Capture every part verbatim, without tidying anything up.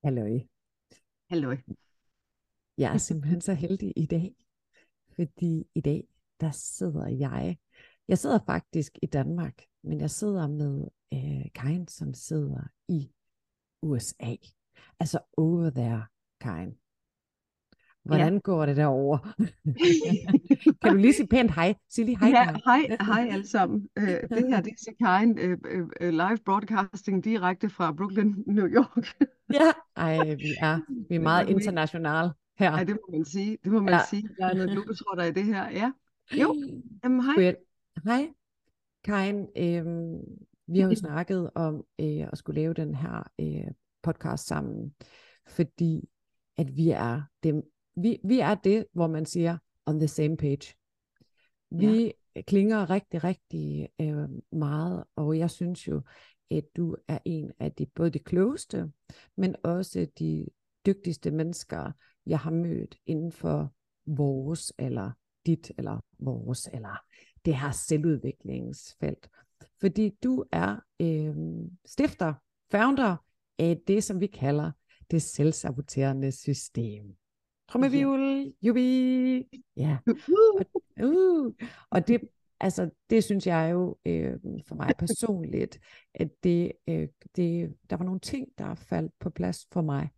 Halløj. Halløj. Jeg er simpelthen så heldig i dag, fordi i dag, der sidder jeg, jeg sidder faktisk i Danmark, men jeg sidder med øh, Karin, som sidder i U S A. Altså over there, Karin. Ja. Hvordan går det derovre? Kan du lige sige pænt hej? Sig lige hej, Ja, Karin. hej, hej alle sammen. Uh, det her, det er Karin, uh, uh, live broadcasting direkte fra Brooklyn, New York. Ja, ej, vi er, vi er Det er meget nok me- internationale her. Ja, det må man sige. Det må man Ja. sige. Der er noget globetrotter i det her. Ja. Jo. Jamen, hej. Skulle jeg... Hej. Karin, øh, vi har jo snakket om øh, at skulle lave den her øh, podcast sammen, fordi at vi er det, vi, vi er det, hvor man siger on the same page. Ja. Vi klinger rigtig, rigtig øh, meget, og jeg synes jo, at du er en af de både de klogeste, men også de dygtigste mennesker, jeg har mødt inden for vores, eller dit, eller vores, eller det her selvudviklingsfelt. Fordi du er øh, stifter, founder af det, som vi kalder det selvsaboterende system. Trommevirvel, jubi! Ja. Og, uh, og det, altså, det synes jeg jo øh, for mig personligt, at det, øh, det, der var nogle ting, der faldt på plads for mig,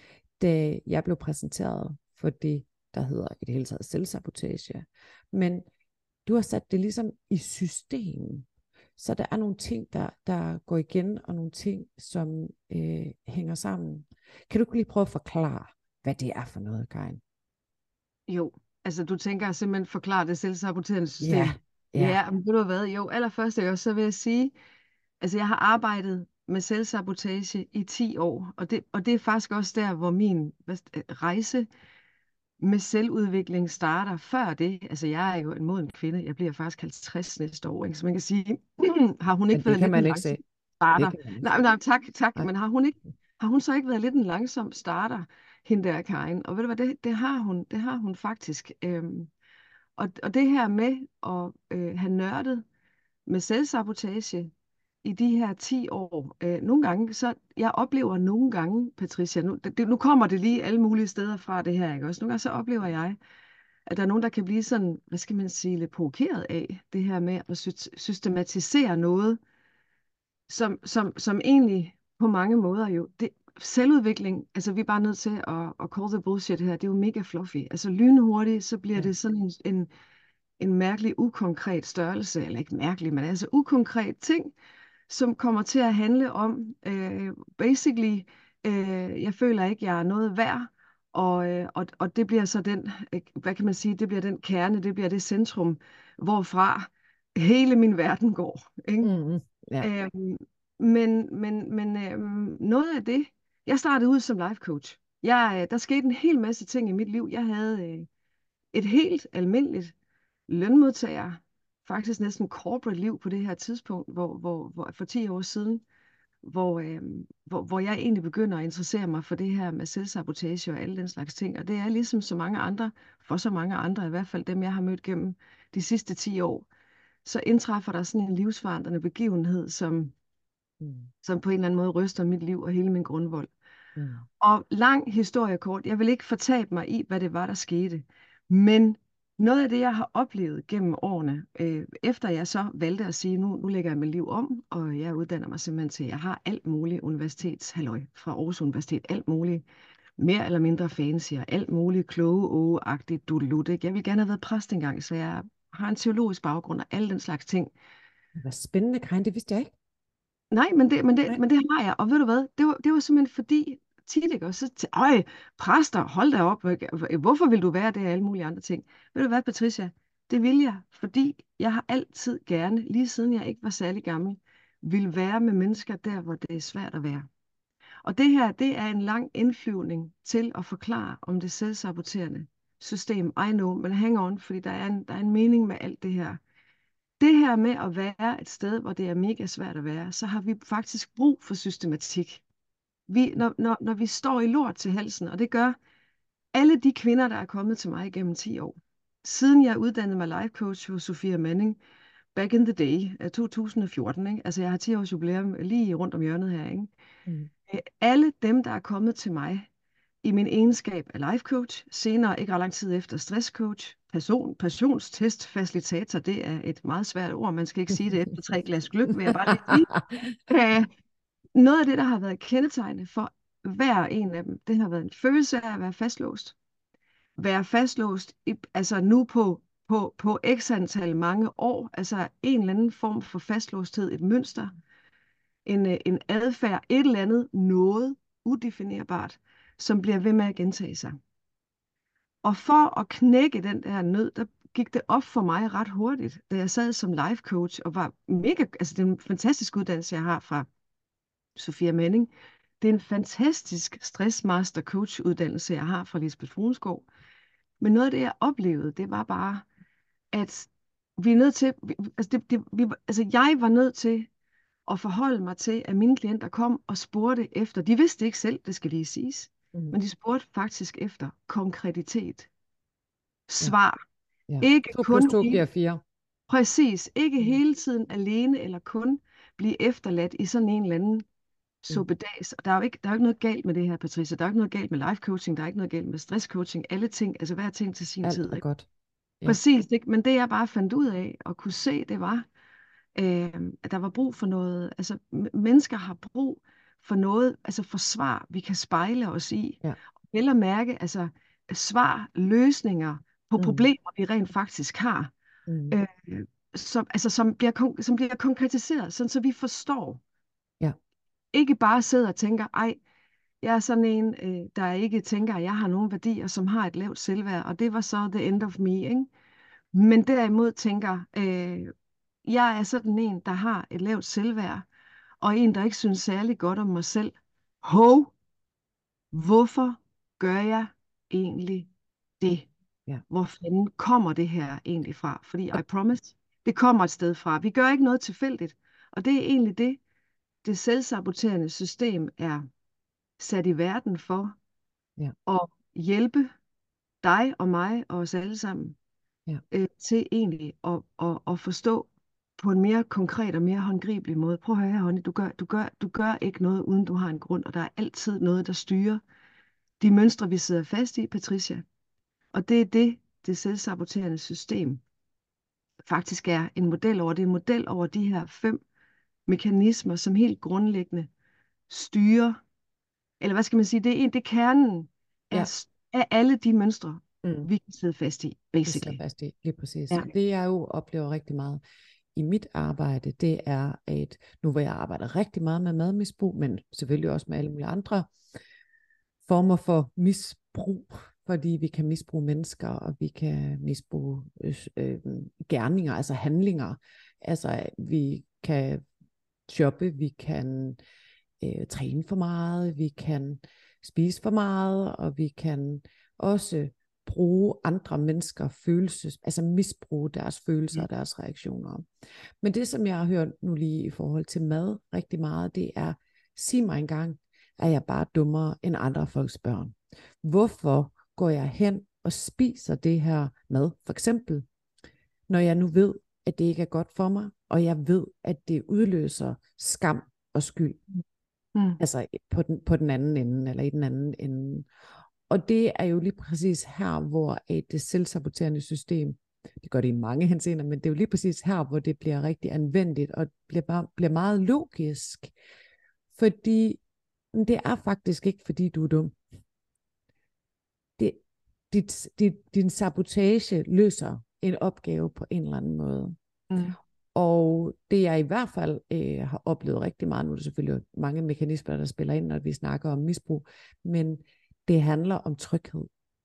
da jeg blev præsenteret for det, der hedder i det hele taget selvsabotage. Men du har sat det ligesom i system, så der er nogle ting, der, der går igen, og nogle ting, som øh, hænger sammen. Kan du lige prøve at forklare, hvad det er for noget, Karin? Jo, altså du tænker simpelthen forklare det selvsaboterende system. Ja, ja. Ja, men ved du hvad? Jo, allerførst ikke også, så vil jeg sige, altså jeg har arbejdet med selvsabotage i ti år, og det, og det er faktisk også der, hvor min hvad, rejse med selvudvikling starter. Før det, altså jeg er jo en moden kvinde, jeg bliver faktisk halvtreds næste år, ikke? Så man kan sige, har hun Men ikke det været kan lidt en man ikke langsom se. Det starter? kan man ikke Nej, se. nej, tak, tak, Nej. men har hun ikke, har hun så ikke været lidt en langsom starter, hende der Karin? Og ved du hvad, det, det har hun, det har hun faktisk. Øhm, og, og det her med at øh, have nørdet med selvsabotage i de her ti år, øh, nogle gange, så jeg oplever nogle gange, Patricia, nu, det, nu kommer det lige alle mulige steder fra det her, ikke også? Nogle gange så oplever jeg, at der er nogen, der kan blive sådan, hvad skal man sige, lidt provokeret af det her med at sy- systematisere noget, som, som, som egentlig på mange måder jo, det, selvudvikling, altså vi er bare nødt til at, at call the bullshit her, det er jo mega fluffy. Altså lynhurtigt, så bliver Ja. det sådan en, en, en mærkelig, ukonkret størrelse, eller ikke mærkelig, men altså ukonkret ting, som kommer til at handle om, øh, basically, øh, jeg føler ikke, jeg er noget værd, og, øh, og, og det bliver så den, øh, hvad kan man sige, det bliver den kerne, det bliver det centrum, hvorfra hele min verden går, ikke? Mm, ja. Øhm, men men, men øhm, noget af det, jeg startede ud som life coach. Jeg, øh, der skete en hel masse ting i mit liv. Jeg havde øh, et helt almindeligt lønmodtager, faktisk næsten corporate liv på det her tidspunkt, hvor, hvor, hvor for ti år siden, hvor, øh, hvor, hvor jeg egentlig begynder at interessere mig for det her med selvsabotage og alle den slags ting. Og det er ligesom så mange andre, for så mange andre, i hvert fald dem, jeg har mødt gennem de sidste ti år, så indtræffer der sådan en livsforandrende begivenhed, som, Mm, som på en eller anden måde ryster mit liv og hele min grundvold. mm, Og lang historie kort, jeg vil ikke fortabe mig i, hvad det var, der skete. Men noget af det, jeg har oplevet gennem årene, øh, efter jeg så valgte at sige, nu, nu lægger jeg mit liv om, og jeg uddanner mig simpelthen til, jeg har alt muligt universitetshalløj fra Aarhus Universitet, alt muligt mere eller mindre fancy, og alt muligt kloge, ågeagtigt, dudelut, ikke? Jeg ville gerne have været præst engang, så jeg har en teologisk baggrund og alle den slags ting. Hvad spændende, Karin, det vidste jeg ikke. Nej, men det, men det, Nej. men det har jeg, og ved du hvad, det var, det var simpelthen fordi, tit ikke også, så til, øj, præster, hold da op, hvorfor vil du være det og alle mulige andre ting? Ved du hvad, Patricia, det vil jeg, fordi jeg har altid gerne, lige siden jeg ikke var særlig gammel, vil være med mennesker der, hvor det er svært at være. Og det her, det er en lang indflyvning til at forklare om det selvsaboterende system. I know, men hang on, fordi der er en, der er en mening med alt det her. Det her med at være et sted, hvor det er mega svært at være, så har vi faktisk brug for systematik. Vi, når, når, når vi står i lort til halsen, og det gør alle de kvinder, der er kommet til mig igennem ti år, siden jeg uddannede mig life coach hos Sofia Manning, back in the day, to tusind og fjorten, ikke? Altså jeg har ti års jubilæum lige rundt om hjørnet her, ikke? Mm. Øh, Alle dem, der er kommet til mig i min egenskab af life coach, senere ikke ret lang tid efter stresscoach, person, passionstest, facilitator, det er et meget svært ord, man skal ikke sige det efter tre glas gløgg, vil jeg bare lige sige. Øh, Noget af det, der har været kendetegnende for hver en af dem, det har været en følelse af at være fastlåst. Være fastlåst, i, altså nu på, på, på x antal mange år, altså en eller anden form for fastlåsthed, et mønster, en, øh, en adfærd, et eller andet, noget udefinerbart, som bliver ved med at gentage sig. Og for at knække den der nød, der gik det op for mig ret hurtigt, da jeg sad som life coach, og var mega, altså det er en fantastisk uddannelse, jeg har fra Sofia Manning. Det er en fantastisk stressmaster coach uddannelse, jeg har fra Lisbeth Fruenskov. Men noget af det, jeg oplevede, det var bare, at vi er nødt til, vi, altså, det, det, vi, altså jeg var nødt til at forholde mig til, at mine klienter kom og spurgte efter, de vidste ikke selv, det skal lige siges, Mm. men de spurgte faktisk efter konkretitet. Ja. Svar. Ja. Ikke to plus kun to i, bliver fire. præcis, ikke Mm. hele tiden alene, eller kun blive efterladt i sådan en eller anden suppedas. Og der er jo ikke, der er jo ikke noget galt med det her, Patricia. Der er jo ikke noget galt med life coaching, der er ikke noget galt med stress coaching. Alle ting, altså hver ting til sin Alt tid. er Ikke? godt. Ja. Præcis, ikke? Men det jeg bare fandt ud af og kunne se, det var, øh, at der var brug for noget, altså m- mennesker har brug for noget, altså for svar, vi kan spejle os i. Ja. Vel at mærke, altså svar, løsninger på Mm. problemer, vi rent faktisk har. Mm. Øh, som, altså, som, bliver, kon- som bliver konkretiseret, sådan så vi forstår. Ja. Ikke bare sidder og tænker, ej, jeg er sådan en, øh, der ikke tænker, at jeg har nogle værdier, som har et lavt selvværd, og det var så the end of me, ikke? Men derimod tænker, øh, jeg er sådan en, der har et lavt selvværd, og en, der ikke synes særlig godt om mig selv. Hov, hvorfor gør jeg egentlig det? Ja. Hvor fanden kommer det her egentlig fra? Fordi Og I promise, det kommer et sted fra. Vi gør ikke noget tilfældigt, og det er egentlig det, det selvsaboterende system er sat i verden for, ja. at hjælpe dig og mig og os alle sammen Ja. øh, til egentlig at, at, at forstå på en mere konkret og mere håndgribelig måde. Prøv at høre her, Honey, du gør, du, gør, du gør ikke noget, uden du har en grund, og der er altid noget, der styrer de mønstre, vi sidder fast i, Patricia. Og det er det, det selvsaboterende system faktisk er en model over. Det er en model over de her fem mekanismer, som helt grundlæggende styrer, eller hvad skal man sige, det er, en, det er kernen Ja. af, af alle de mønstre, Mm. vi kan sidde fast i, Det basically. sidder fast i, lige præcis. Ja. Det jeg jo oplever rigtig meget i mit arbejde, det er, at nu hvor jeg arbejder rigtig meget med madmisbrug, men selvfølgelig også med alle mulige andre former for misbrug, fordi vi kan misbruge mennesker, og vi kan misbruge øh, øh, gerninger, altså handlinger. Altså vi kan shoppe, vi kan øh, træne for meget, vi kan spise for meget, og vi kan også bruge andre mennesker følelses, altså misbruge deres følelser og deres reaktioner. Men det, som jeg har hørt nu lige i forhold til mad rigtig meget, det er, sig mig engang, er jeg bare dummere end andre folks børn? Hvorfor går jeg hen og spiser det her mad? For eksempel, når jeg nu ved, at det ikke er godt for mig, og jeg ved, at det udløser skam og skyld. Mm. Altså på den, på den anden ende, eller i den anden ende. Og det er jo lige præcis her, hvor det selvsaboterende system, det gør det i mange henseender, men det er jo lige præcis her, hvor det bliver rigtig anvendeligt, og bliver, bare, bliver meget logisk. Fordi det er faktisk ikke, fordi du er dum. Det, dit, dit, din sabotage løser en opgave på en eller anden måde. Mm. Og det jeg i hvert fald øh, har oplevet rigtig meget, nu er der selvfølgelig mange mekanismer, der spiller ind, når vi snakker om misbrug, men det handler om tryghed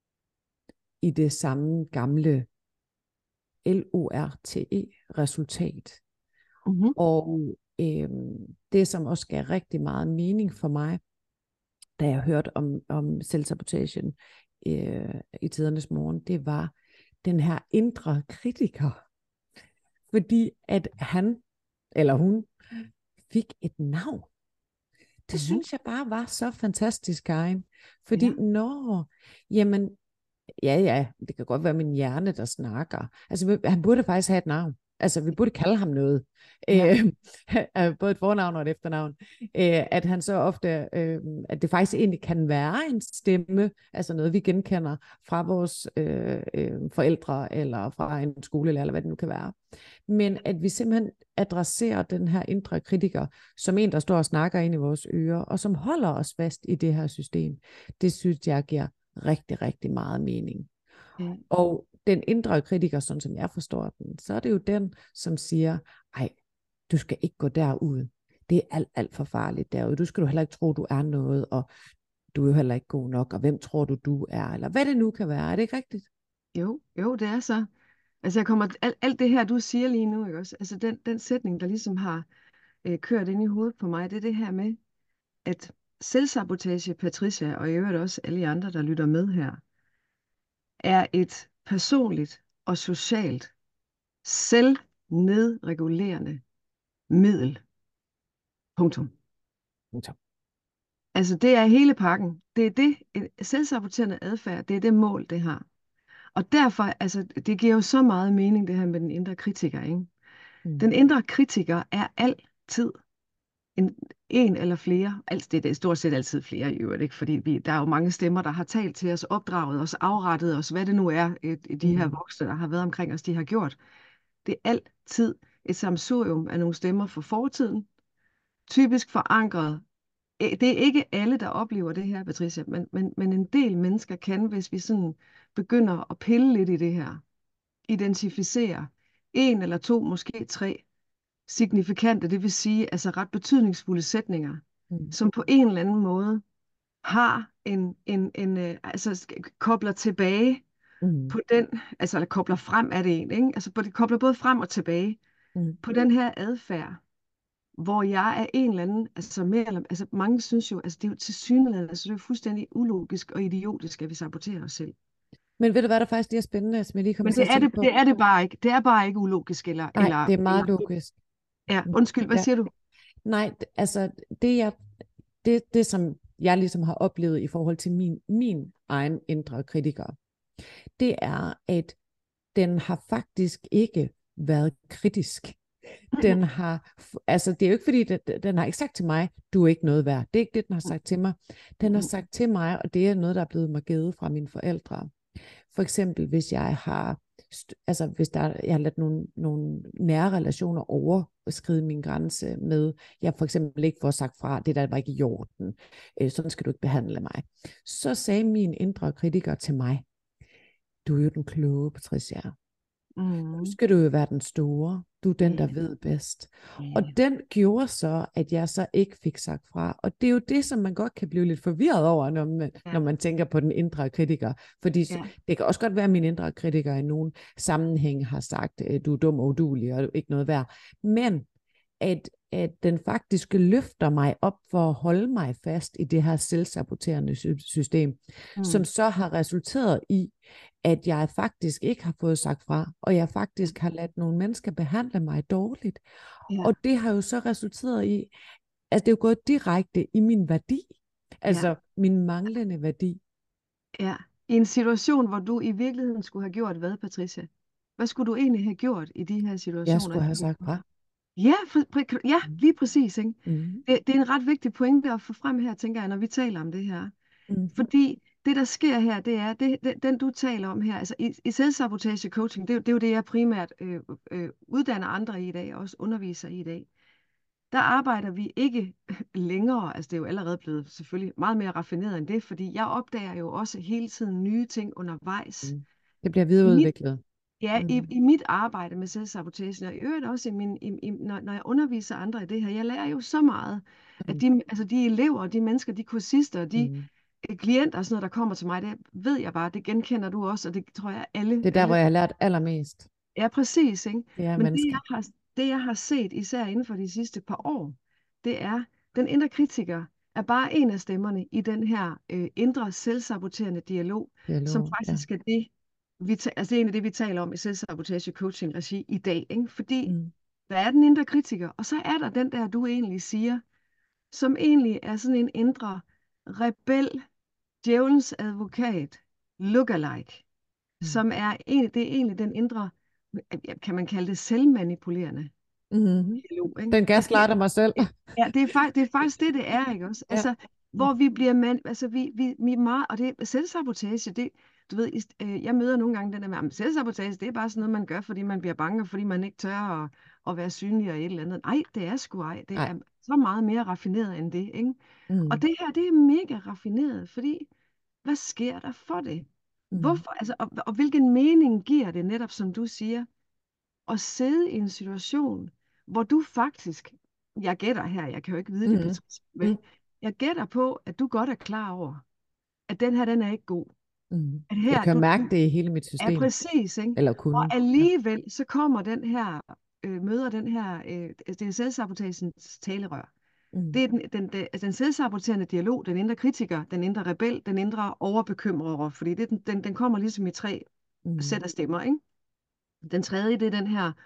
i det samme gamle L O R T E-resultat. Mm-hmm. Og øh, det, som også gav rigtig meget mening for mig, da jeg hørte om, om selvsabotagen øh, i tidernes morgen, det var den her indre kritiker. Fordi at han, eller hun, fik et navn. Det Mm-hmm. synes jeg bare var så fantastisk, Karin. Fordi Ja. når, jamen, ja ja, det kan godt være min hjerne, der snakker. Altså han burde faktisk have et navn. altså vi burde kalde ham noget, Ja. øh, både et fornavn og et efternavn, øh, at han så ofte, øh, at det faktisk egentlig kan være en stemme, altså noget vi genkender fra vores øh, øh, forældre, eller fra en skolelærer, eller hvad det nu kan være. Men at vi simpelthen adresserer den her indre kritiker, som en, der står og snakker ind i vores ører, og som holder os fast i det her system, det synes jeg giver rigtig, rigtig meget mening. Ja. Og den indre kritiker, sådan som jeg forstår den, så er det jo den, som siger, ej, du skal ikke gå derud. Det er alt, alt for farligt derude. Du skal du heller ikke tro, du er noget, og du er jo heller ikke god nok, og hvem tror du, du er, eller hvad det nu kan være. Er det ikke rigtigt? Jo, jo, det er så. Altså jeg kommer, alt, alt det her, du siger lige nu, ikke også? Altså den, den sætning, der ligesom har øh, kørt ind i hovedet på mig, det er det her med, at selvsabotage, Patricia, og i øvrigt også alle de andre, der lytter med her, er et personligt og socialt selvnedregulerende middel. Punktum. Punktum. Altså det er hele pakken. Det er det, en selvsaboterende adfærd, det er det mål, det har. Og derfor, altså det giver jo så meget mening, det her med den indre kritiker, ikke? Mm. Den indre kritiker er altid en, en eller flere, altså det er stort set altid flere i øvrigt, ikke? Fordi vi, der er jo mange stemmer, der har talt til os, opdraget os, afrettet os, hvad det nu er, et, de her Mm. voksne, der har været omkring os, de har gjort. Det er altid et sammensurium af nogle stemmer fra fortiden, typisk forankret. Det er ikke alle, der oplever det her, Patricia, men, men, men en del mennesker kan, hvis vi sådan begynder at pille lidt i det her, identificere en eller to, måske tre signifikante, det vil sige altså ret betydningsfulde sætninger, Mm. som på en eller anden måde har en, en, en øh, altså sk- kobler tilbage Mm. på den, altså eller kobler frem er det en, ikke? Altså på, det kobler både frem og tilbage Mm. på den her adfærd, hvor jeg er en eller anden, altså mere eller altså mange synes jo, altså det er jo tilsyneladende, altså det er jo fuldstændig ulogisk og idiotisk, at vi saboterer os selv. Men ved du hvad, der faktisk lige er spændende, som jeg lige kommer Men til det at er det, tænke på? det er det bare ikke. Det er bare ikke ulogisk eller, Nej, eller, det er meget eller logisk. ja, undskyld, hvad Ja. siger du? Nej, d- altså det, jeg, det, det som jeg ligesom har oplevet i forhold til min, min egen indre kritiker, det er, at den har faktisk ikke været kritisk. Den har, altså det er jo ikke fordi, den, den har ikke sagt til mig, du er ikke noget værd. Det er ikke det, den har sagt til mig. Den har sagt til mig, og det er noget, der er blevet mig givet fra mine forældre. For eksempel, hvis jeg har, altså hvis der, jeg har ladet nogle, nogle nære relationer overskride min grænse med, jeg for eksempel ikke får sagt fra, det der var ikke i orden, øh, sådan skal du ikke behandle mig. Så sagde min indre kritiker til mig, du er jo den kloge, Patricia. Nu Mm. skal du jo være den store. Du er den, der Ja. ved bedst. Ja. Og den gjorde så, at jeg så ikke fik sagt fra. Og det er jo det, som man godt kan blive lidt forvirret over, når man, Ja. når man tænker på den indre kritiker. Fordi Ja. det kan også godt være, at min indre kritiker i nogle sammenhæng har sagt, du er dum og uduelig, og du er ikke noget værd. Men at, at den faktisk løfter mig op for at holde mig fast i det her selvsaboterende system, mm. som så har resulteret i, at jeg faktisk ikke har fået sagt fra, og jeg faktisk har ladt nogle mennesker behandle mig dårligt. Ja. Og det har jo så resulteret i, at det er jo gået direkte i min værdi, altså ja. min manglende værdi. Ja, i en situation, hvor du i virkeligheden skulle have gjort hvad, Patricia? Hvad skulle du egentlig have gjort i de her situationer? Jeg skulle have sagt fra. Ja, for, ja, lige præcis. Ikke? Mm. Det, det er en ret vigtig pointe at få frem her, tænker jeg, når vi taler om det her. Mm. Fordi det, der sker her, det er, det, det, den du taler om her, altså i, i selvsabotage coaching, det, det er jo det, jeg primært øh, øh, uddanner andre i i dag, og også underviser i i dag. Der arbejder vi ikke længere, altså det er jo allerede blevet selvfølgelig meget mere raffineret end det, fordi jeg opdager jo også hele tiden nye ting undervejs. Mm. Det bliver videreudviklet. Ja, mm. i, i mit arbejde med selvsabotage, og i øvrigt også, i min, i, i, når, når jeg underviser andre i det her, jeg lærer jo så meget, mm. at de, altså de elever, de mennesker, de kursister, de mm. klienter og sådan noget, der kommer til mig, det ved jeg bare, det genkender du også, og det tror jeg alle... Det er der, alle, hvor jeg har lært allermest. Ja, præcis, ikke? Det er Men det mennesker. jeg, har, det, jeg har set, især inden for de sidste par år, det er, den indre kritiker er bare en af stemmerne i den her øh, indre selvsaboterende dialog, dialog som faktisk ja. er det, vi altså det er en af det, vi taler om i selvsabotage coaching regi i dag, ikke? Fordi mm. der er den indre kritiker, og så er der den der, du egentlig siger, som egentlig er sådan en indre rebel, djævelens advokat, lookalike, mm. som er egentlig, det er egentlig den indre kan man kalde det selvmanipulerende Mm-hmm. dialog, ikke? Den Og det, gaslighter mig selv. ja, det er, faktisk, det er faktisk det, det er, ikke også? Ja. Altså, hvor vi bliver man, altså vi, vi, vi er meget, og det er selvsabotage, det, du ved, ist- øh, jeg møder nogle gange den der med, "Jamen, selvsabotage, det er bare sådan noget, man gør, fordi man bliver bange, og fordi man ikke tør at, at være synlig og et eller andet. Nej, det er sgu ej, det Nej. er så meget mere raffineret end det, ikke? Mm. Og det her, det er mega raffineret, fordi, hvad sker der for det? Mm. Hvorfor, altså, og, og hvilken mening giver det netop, som du siger, at sidde i en situation, hvor du faktisk, jeg gætter her, jeg kan jo ikke vide det, Mm. Patricia, vel? Mm. Jeg gætter på, at du godt er klar over, at den her, den er ikke god. Mm. At Jeg her, kan du, mærke det i hele mit er system. præcis, ikke? Eller kunne. Og alligevel, så kommer den her, øh, møder den her, øh, det er selvsabotagens talerør. Mm. Det er den, den, den, altså den selvsaboterende dialog, den indre kritiker, den indre rebel, den indre overbekymrer, fordi det, den, den, den kommer ligesom i tre Mm. sæt af stemmer, ikke? Den tredje, det er den her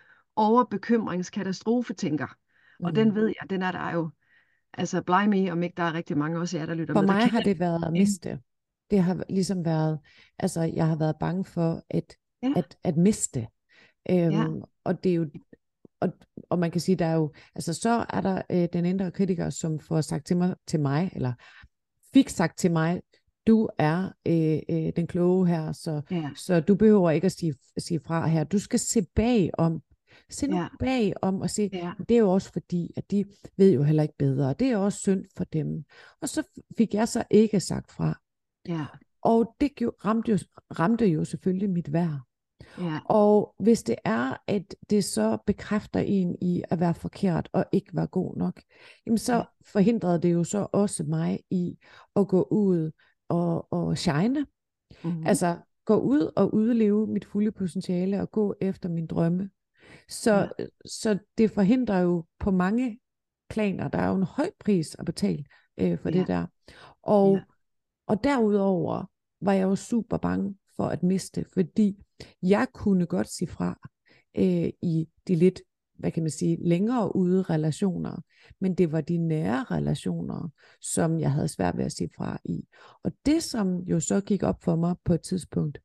overbekymringskatastrofetænker. Og Mm. den ved jeg, den er der jo, altså bleg me, om ikke der er rigtig mange også af jer, der lytter For med, der mig kender har det været at den. miste. Det har ligesom været, altså jeg har været bange for at, Ja, at, at miste. Øhm, ja, og det er jo, og, og man kan sige, der er jo, altså så er der øh, den indre kritiker, som får sagt til mig, til mig, eller fik sagt til mig, du er øh, øh, den kloge her, så, ja, så du behøver ikke at sige, sige fra her. Du skal se bag om. Se nu ja, bag om og se, ja, det er jo også fordi, at de ved jo heller ikke bedre. Det er også synd for dem. Og så fik jeg så ikke sagt fra. ja, Og det gjorde, ramte, jo, ramte jo selvfølgelig mit værd. ja, Og hvis det er, at det så bekræfter en i at være forkert og ikke være god nok, jamen så ja, forhindrede det jo så også mig i at gå ud og, og shine. mhm, Altså gå ud og udleve mit fulde potentiale og gå efter min drømme. Så, ja, så det forhindrer jo på mange planer. Der er jo en høj pris at betale øh, for ja, det der. ja, Og, og derudover var jeg jo super bange for at miste, fordi jeg kunne godt sige fra øh, i de lidt, hvad kan man sige, længere ude relationer, men det var de nære relationer, som jeg havde svært ved at sige fra i. Og det, som jo så gik op for mig på et tidspunkt,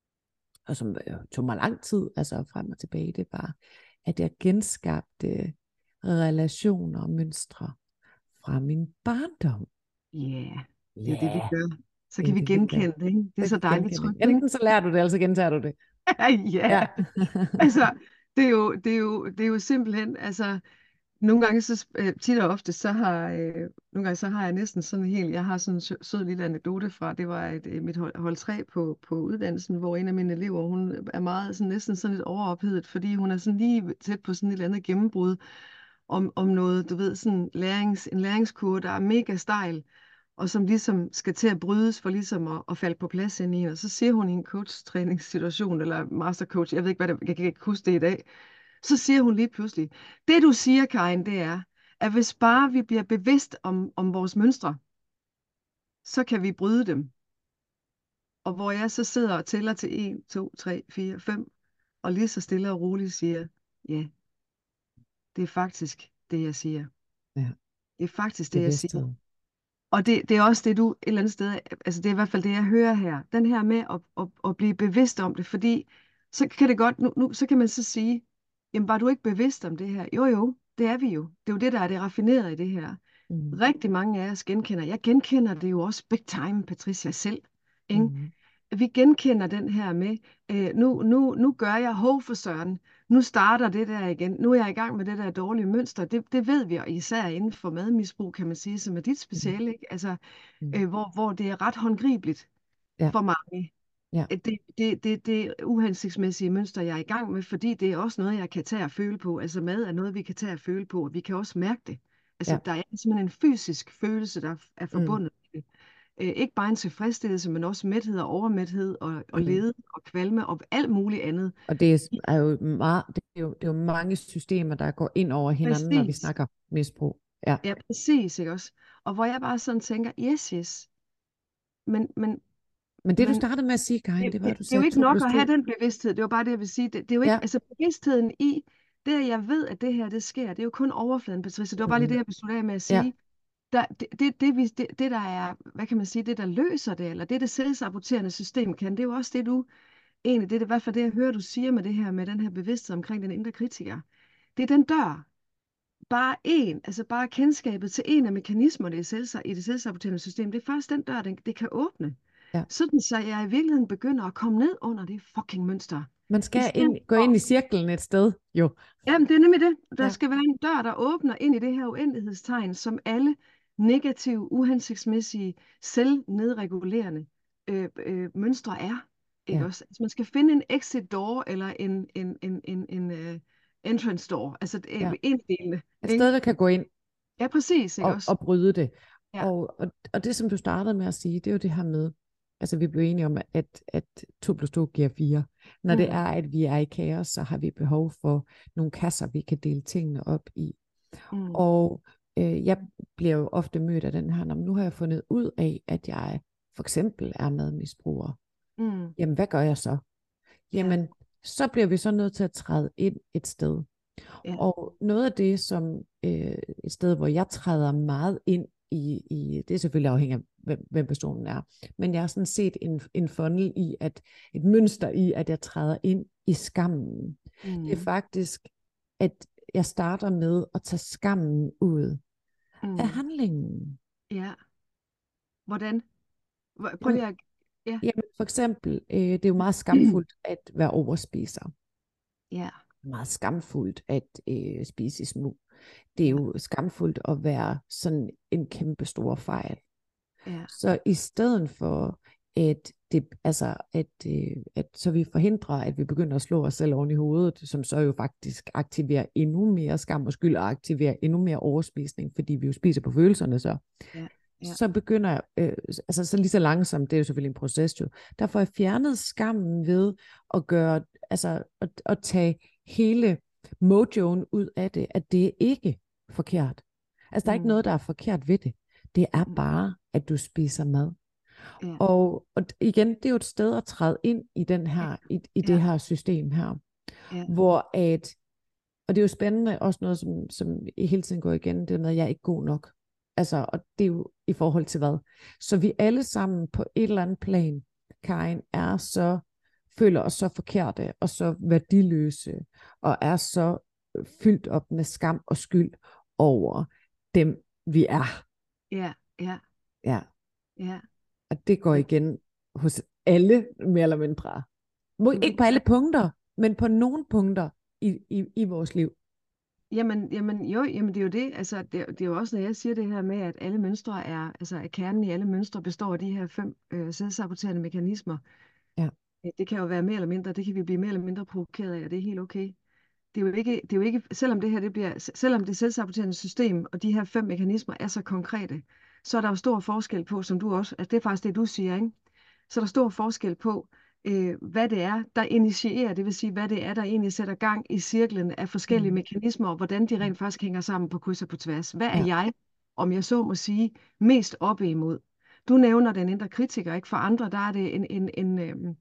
og som øh, tog mig lang tid, altså frem og tilbage, det var, at jeg genskabte relationer og mønstre fra min barndom. ja, det er jo det, vi Ja, gør. Så det kan er vi det, vi gør. genkende det, ikke? Det er Så så kan vi dejligt genkende det. trygt, ikke? Enten så lærer du det, eller så gentager du det. Ja, Ja. altså, det er jo, det er jo, det er jo simpelthen, altså, nogle gange så, øh, tit og ofte, så har, øh, nogle gange så har jeg næsten sådan en helt, jeg har sådan en sø- sød lille anekdote fra, det var et, øh, mit hold, hold tre på, på uddannelsen, hvor en af mine elever, hun er meget sådan, næsten sådan lidt overophedet, fordi hun er sådan lige tæt på sådan et eller andet gennembrud, om, om noget, du ved, sådan lærings, en læringskurve, der er mega stejl, og som ligesom skal til at brydes for ligesom at, at falde på plads ind i en. Og så siger hun i en coach-træningssituation, eller mastercoach, jeg ved ikke, hvad det, jeg kan ikke huske det i dag, så siger hun lige pludselig, det du siger, Karin, det er, at hvis bare vi bliver bevidst om, om vores mønstre, så kan vi bryde dem. Og hvor jeg så sidder og tæller til en, to, tre, fire, fem, og lige så stille og roligt siger, ja, det er faktisk det, jeg siger. Ja, Det er faktisk det, jeg siger. bevidsthed. Og det, det er også det, du et eller andet sted, altså det er i hvert fald det, jeg hører her. Den her med at, at, at blive bevidst om det, fordi så kan det godt, nu, nu så kan man så sige, jamen var du ikke bevidst om det her? Jo jo, det er vi jo. Det er jo det, der er det raffinerede i det her. Mm. Rigtig mange af os genkender. Jeg genkender det jo også big time, Patricia selv. Ikke? Mm. Vi genkender den her med, øh, nu, nu, nu gør jeg hov for søren. Nu starter det der igen. Nu er jeg i gang med det der dårlige mønster. Det, det ved vi, og især inden for madmisbrug, kan man sige, som er dit Mm. speciale, ikke? Altså, Mm. øh, hvor, hvor det er ret håndgribeligt Ja, for mange. ja, At Det, det, det, det uhensigtsmæssige mønster, jeg er i gang med, fordi det er også noget, jeg kan tage og føle på. Altså mad er noget, vi kan tage og føle på, og vi kan også mærke det. Altså ja. der er simpelthen en fysisk følelse, der er Mm. forbundet med det. Øh, ikke bare en tilfredsstillelse, men også mæthed og overmæthed og, og Mm. lede og kvalme og alt muligt andet. Og det er er jo meget, det er jo, det er jo mange systemer, der går ind over hinanden, når vi Præcis. snakker misbrug. Ja. Ja, præcis, ikke også? Og hvor jeg bare sådan tænker, yes, yes. Men, men, Men det, du men startede med at sige, Karin, det, det var, det, at du det er jo sagde ikke to nok plus at to. have den bevidsthed. Det var bare det, jeg vil sige. Det, det er jo ikke, Ja. altså bevidstheden i, det at jeg ved, at det her, det sker, det er jo kun overfladen, Patricia. Det var bare lige Mm. det, jeg besluttede af med at Ja. sige. Der, det, det, det, vi- det, det, der er, hvad kan man sige, det, der løser det, eller det, det selvsaboterende system kan, det er jo også det, du egentlig, det er i hvert fald det, jeg hører, du siger med det her, med den her bevidsthed omkring den indre kritiker. Det er den dør, bare en, altså bare kendskabet til en af mekanismerne i, selvsa- i det selvsaboterende system, det er faktisk den dør, den, det kan åbne. Ja. Sådan så jeg i virkeligheden begynder at komme ned under det fucking mønster. Man I skal stedet ind, gå ind for, i cirklen et sted, jo. jamen det er nemlig det. Der Ja, skal være en dør, der åbner ind i det her uendelighedstegn, som alle negative, uhensigtsmæssige, selvnedregulerende øh, øh, mønstre er. Ikke ja, også? Altså, man skal finde en exit door eller en, en, en, en, en uh, entrance door. Altså ja. øh, en delene. Et Ikke? sted, der kan gå ind Ja, præcis. Ikke og, også? og bryde det. Ja. Og, og, og det, som du startede med at sige, det er jo det her med, altså vi blev enige om, at, at to plus to giver fire. Når det Mm. er, at vi er i kaos, så har vi behov for nogle kasser, vi kan dele tingene op i. Mm. Og øh, jeg bliver jo ofte mødt af den her, "Nå, men nu har jeg fundet ud af, at jeg for eksempel er madmisbruger. Mm. Jamen, hvad gør jeg så? Ja. Jamen, så bliver vi så nødt til at træde ind et sted. Ja. Og noget af det, som øh, et sted, hvor jeg træder meget ind i, i det er selvfølgelig afhængigt af, hvem, hvem personen er, men jeg har sådan set en, en funnel i, at et mønster i, at jeg træder ind i skammen. Mm. Det er faktisk, at jeg starter med at tage skammen ud Mm. af handlingen. Ja. Hvordan? Hvor- Prøv Jamen, lige at... Ja. jamen for eksempel, øh, det er jo meget skamfuldt at være overspiser. Ja. Meget skamfuldt at øh, spise i smug. Det er Ja. jo skamfuldt at være sådan en kæmpe stor fejl. Ja. Så i stedet for at det, altså at, øh, at så vi forhindrer, at vi begynder at slå os selv oven i hovedet, som så jo faktisk aktiverer endnu mere skam og skyld og aktiverer endnu mere overspisning, fordi vi jo spiser på følelserne så. Ja. Ja. Så begynder jeg, øh, altså så lige så langsomt, det er jo selvfølgelig en proces jo, der får jeg fjernet skammen ved at gøre, altså at, at tage hele mojoen ud af det, at det er ikke forkert. Altså der er ikke Mm. noget, der er forkert ved det. Det er Mm. bare, at du spiser mad. Ja. Og, og igen, det er jo et sted at træde ind i den her, i, i det Ja. her system her, Ja. hvor at, og det er jo spændende, også noget, som, som hele tiden går igen, det med, at jeg er ikke god nok. Altså, og det er jo i forhold til hvad? Så vi alle sammen på et eller andet plan, Karin, er så, føler os så forkerte, og så værdiløse, og er så fyldt op med skam og skyld over dem, vi er. Ja. Ja. Ja. Ja. Og det går igen hos alle, mere eller mindre. Må- Men Ikke på alle punkter, men på nogle punkter i, i, i vores liv. Jamen, jamen, jo, jamen det er jo det. Altså, det, det er jo også, når jeg siger det her med, at alle mønstre er, altså at kernen i alle mønstre består af de her fem øh, selvsaboterende mekanismer. Ja. Øh, Det kan jo være mere eller mindre, det kan vi blive mere eller mindre provokeret af, og det er helt okay. Det er jo ikke, det er jo ikke, selvom det her, det bliver, selvom det selvsaboterende system og de her fem mekanismer er så konkrete, så er der jo stor forskel på, som du også, altså det er faktisk det, du siger, ikke? Så er der stor forskel på, øh, hvad det er, der initierer, det vil sige, hvad det er, der egentlig sætter gang i cirklen af forskellige Mm. mekanismer, og hvordan de rent faktisk hænger sammen på kryds og på tværs. Hvad er Ja. jeg, om jeg så må sige, mest oppe imod? Du nævner den indre kritiker, ikke? For andre, der er det en, en, en, øhm,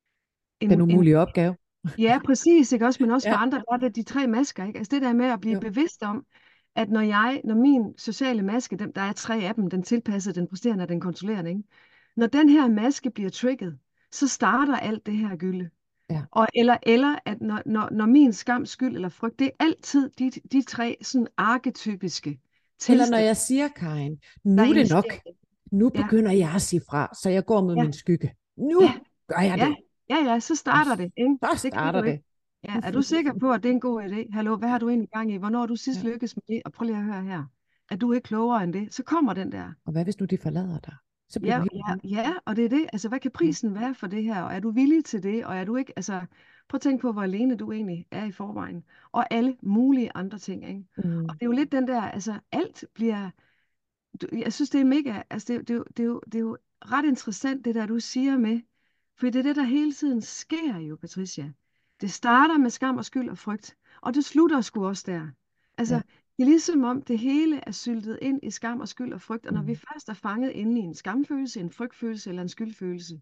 Den en, en umulige opgave. ja, præcis, ikke også? Men også for Ja. andre, der er det de tre masker, ikke? Altså det der med at blive Jo. bevidst om, at når jeg, når min sociale maske, dem, der er tre af dem, den tilpassede, den præsterende og den kontrollerende, ikke? Når den her maske bliver trigget, så starter alt det her gylde. Ja. Og, eller, eller at når, når, når min skam, skyld eller frygt, det er altid de, de tre sådan arketypiske Eller tilstande, når jeg siger, Karin, nu der er det initierer nok. det. Nu Ja, begynder jeg at sige fra, så jeg går mod ja, min skygge. Nu ja, gør jeg ja, det. ja, ja, så Og starter det, ikke? så Det kan starter du ikke. det. Ja, er du sikker på, at det er en god idé? Hallo, hvad har du egentlig gang i? Hvornår har du sidst Ja. lykkes med det? Og prøv lige at høre her. Er du ikke klogere end det? Så kommer den der. Og hvad hvis nu de forlader dig? Så bliver Ja, du helt ja, ja, og det er det. Altså, hvad kan prisen være for det her? Og er du villig til det? Og er du ikke, altså, prøv at tænke på, hvor alene du egentlig er i forvejen. Og alle mulige andre ting, ikke? Mm. Og det er jo lidt den der, altså, alt bliver, du- jeg synes, det er mega, altså, det, er jo- det, er jo- det, er jo, det er jo ret interessant, det der, du siger med, for det er det, der hele tiden sker jo, Patricia. Det starter med skam og skyld og frygt, og det slutter sgu også der. Altså, Ja. det er ligesom om det hele er syltet ind i skam og skyld og frygt, og når vi Mm. først er fanget inde i en skamfølelse, en frygtfølelse eller en skyldfølelse,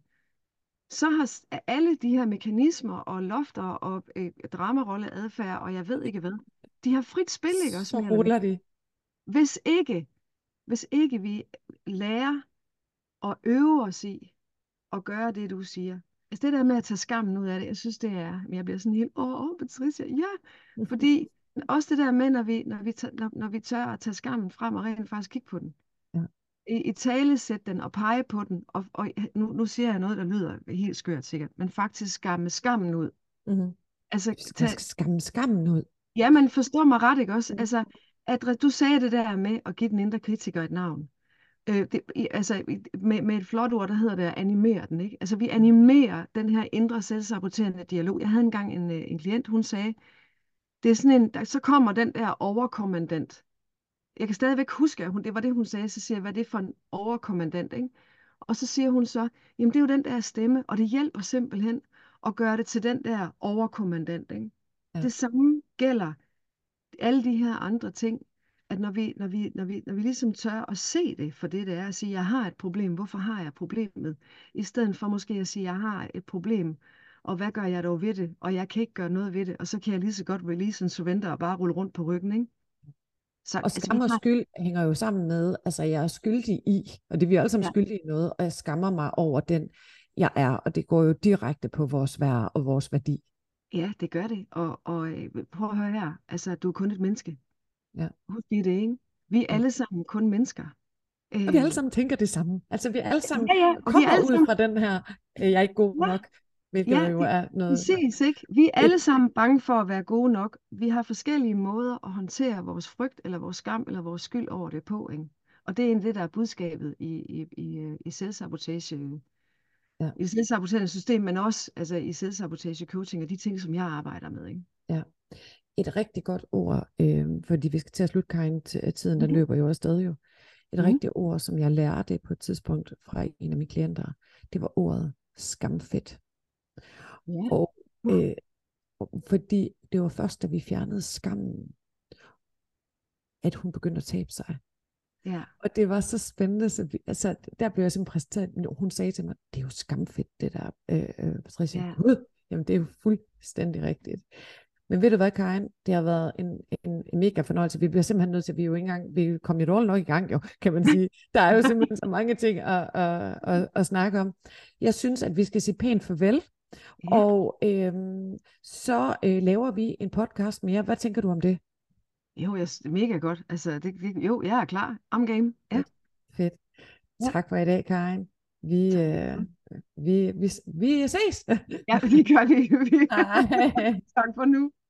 så har s- alle de her mekanismer og lofter og øh, dramarolleadfærd, og jeg ved ikke hvad, de har frit spil, ikke også Så mere eller mindre. ruller de. Hvis ikke, hvis ikke vi lærer og øver os i at gøre det, du siger, Altså det der med at tage skammen ud af det, jeg synes det er, men jeg bliver sådan helt, åh, åh, Patricia, ja, fordi også det der med, når vi, når vi, tør, når, når vi tør at tage skammen frem og rent faktisk kigge på den, Ja. i, i tale sætte den og pege på den, og, og nu, nu siger jeg noget, der lyder helt skørt sikkert, men faktisk skamme skammen ud. Mm-hmm. Altså, Vi skal tage, skamme skammen ud. ja, man forstår mig ret, ikke også? Mm. Altså, at du sagde det der med at give den indre kritiker et navn. Øh, det, i- altså, i- med, med et flot ord, der hedder det at animere den, ikke? Altså, vi animerer den her indre selvsaboterende dialog. Jeg havde engang en, øh, en klient, hun sagde, det er sådan en, der, så kommer den der overkommandant. Jeg kan stadigvæk huske, at hun, det var det, hun sagde. Så siger jeg, hvad er det for en overkommandant, ikke? Og så siger hun så, jamen det er jo den der stemme, og det hjælper simpelthen at gøre det til den der overkommandant, ikke? Ja. Det samme gælder alle de her andre ting, at når vi, når vi, når vi, når vi ligesom tør at se det for det, det er, at sige, jeg har et problem, hvorfor har jeg problemet? I stedet for måske at sige, jeg har et problem, og hvad gør jeg dog ved det? Og jeg kan ikke gøre noget ved det, og så kan jeg lige så godt release en surrender og bare rulle rundt på ryggen, ikke? Så Og altså, vi skam og har... skyld hænger jo sammen med, altså jeg er skyldig i, og det er vi alle sammen Ja, skyldige i noget, og jeg skammer mig over den, jeg er, og det går jo direkte på vores værd og vores værdi. ja, det gør det. Og, og øh, prøv at høre her, altså du er kun et menneske. Ja. Husk lige det, ikke? Vi er Ja. alle sammen kun mennesker. Og vi Øh, alle sammen tænker det samme. Altså vi alle sammen ja, ja, og vi er kommer alle ud sammen... fra den her, øh, jeg er ikke god Ja, nok, hvilket ja, jo det, er noget... præcis, ikke? Vi er Et, alle sammen bange for at være gode nok. Vi har forskellige måder at håndtere vores frygt, eller vores skam, eller vores skyld over det på, ikke? Og det er egentlig det, der er budskabet i, i, i, øh, i selvsabotage, ja, i det selvsaboterende system, men også altså, i selvsabotage coaching og de ting, som jeg arbejder med, ikke? ja. Et rigtig godt ord, øh, fordi vi skal til at slutte, Karin, t- tiden den Mm-hmm. løber jo afsted jo. Et Mm-hmm. rigtigt ord, som jeg lærte på et tidspunkt fra en af mine klienter, det var ordet skamfedt. Ja. Og øh, fordi det var først, da vi fjernede skammen, at hun begyndte at tabe sig. Ja. Og det var så spændende, så vi, altså, der blev jeg simpelthen præsenteret, hun sagde til mig, det er jo skamfedt, det der, øh, øh, Patricia. Ja. Gud, jamen det er jo fuldstændig rigtigt. Men ved du hvad, Karin, det har været en, en, en mega fornøjelse. Vi bliver simpelthen nødt til, at vi jo ikke engang, vi kom jo dårligt nok i gang, jo, kan man sige. Der er jo simpelthen så mange ting at, at, at, at snakke om. Jeg synes, at vi skal sige pænt farvel, Ja. og øhm, så øh, laver vi en podcast mere. Hvad tænker du om det? Jo, jeg, mega godt. Altså, det, det, jo, jeg er klar. I'm game. Ja. Fedt. Fedt. Ja. Tak for i dag, Karin. Vi, øh, vi, vi, vi ses. Ja, det gør vi. Hej. Tak for nu.